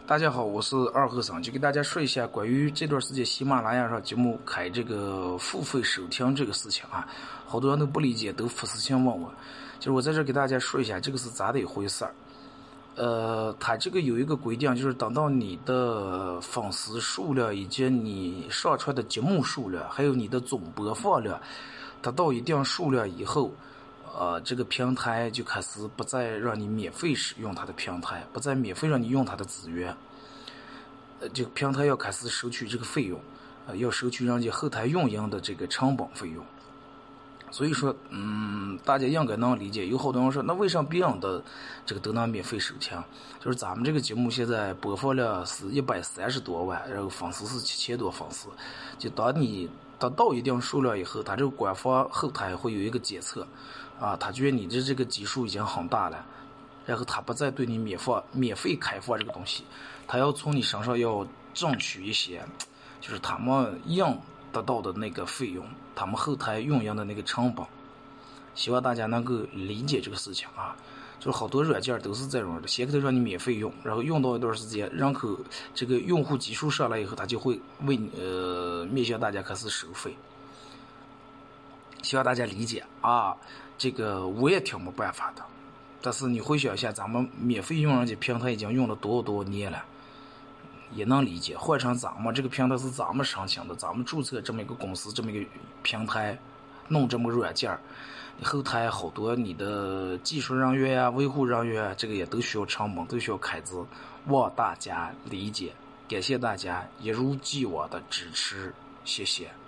大家好，我是二和尚，就给大家说一下关于这段时间喜马拉雅上节目开这个付费收听这个事情啊，好多人都不理解，都发私信问我，就是我在这给大家说一下这个是咋的一回事儿。它这个有一个规定，就是等到你的粉丝数量以及你上传的节目数量，还有你的总播放量达到一定数量以后，这个平台就开始不再让你免费使用它的平台，不再免费让你用它的资源。这个平台要开始收取这个费用，要收取人家后台运营的这个成本费用。所以说，大家应该能理解。有好多人说，那为什么别人的这个都能免费收听？就是咱们这个节目现在播放量是130多万，然后粉丝是7000多粉丝。就当你达到一定数量以后，它这个官方后台会有一个检测，他觉得你的这个基数已经很大了，然后他不再对你免费开放这个东西，他要从你身上要争取一些，就是他们应得到的那个费用，他们后台运营的那个成本。希望大家能够理解这个事情啊，就是好多软件都是这种的，先给他让你免费用，然后用到一段时间，人口这个用户基数上来以后，他就会为面向大家开始收费。希望大家理解啊，这个我也挺没办法的，但是你回想一下，咱们免费用人家平台已经用了多年了，也能理解。换成咱们这个平台是咱们申请的，咱们注册这么一个公司，这么一个平台，弄这么个软件，后台好多你的技术人员呀、维护人员，这个也都需要成本，都需要开支，望大家理解。感谢大家一如既往的支持，谢谢。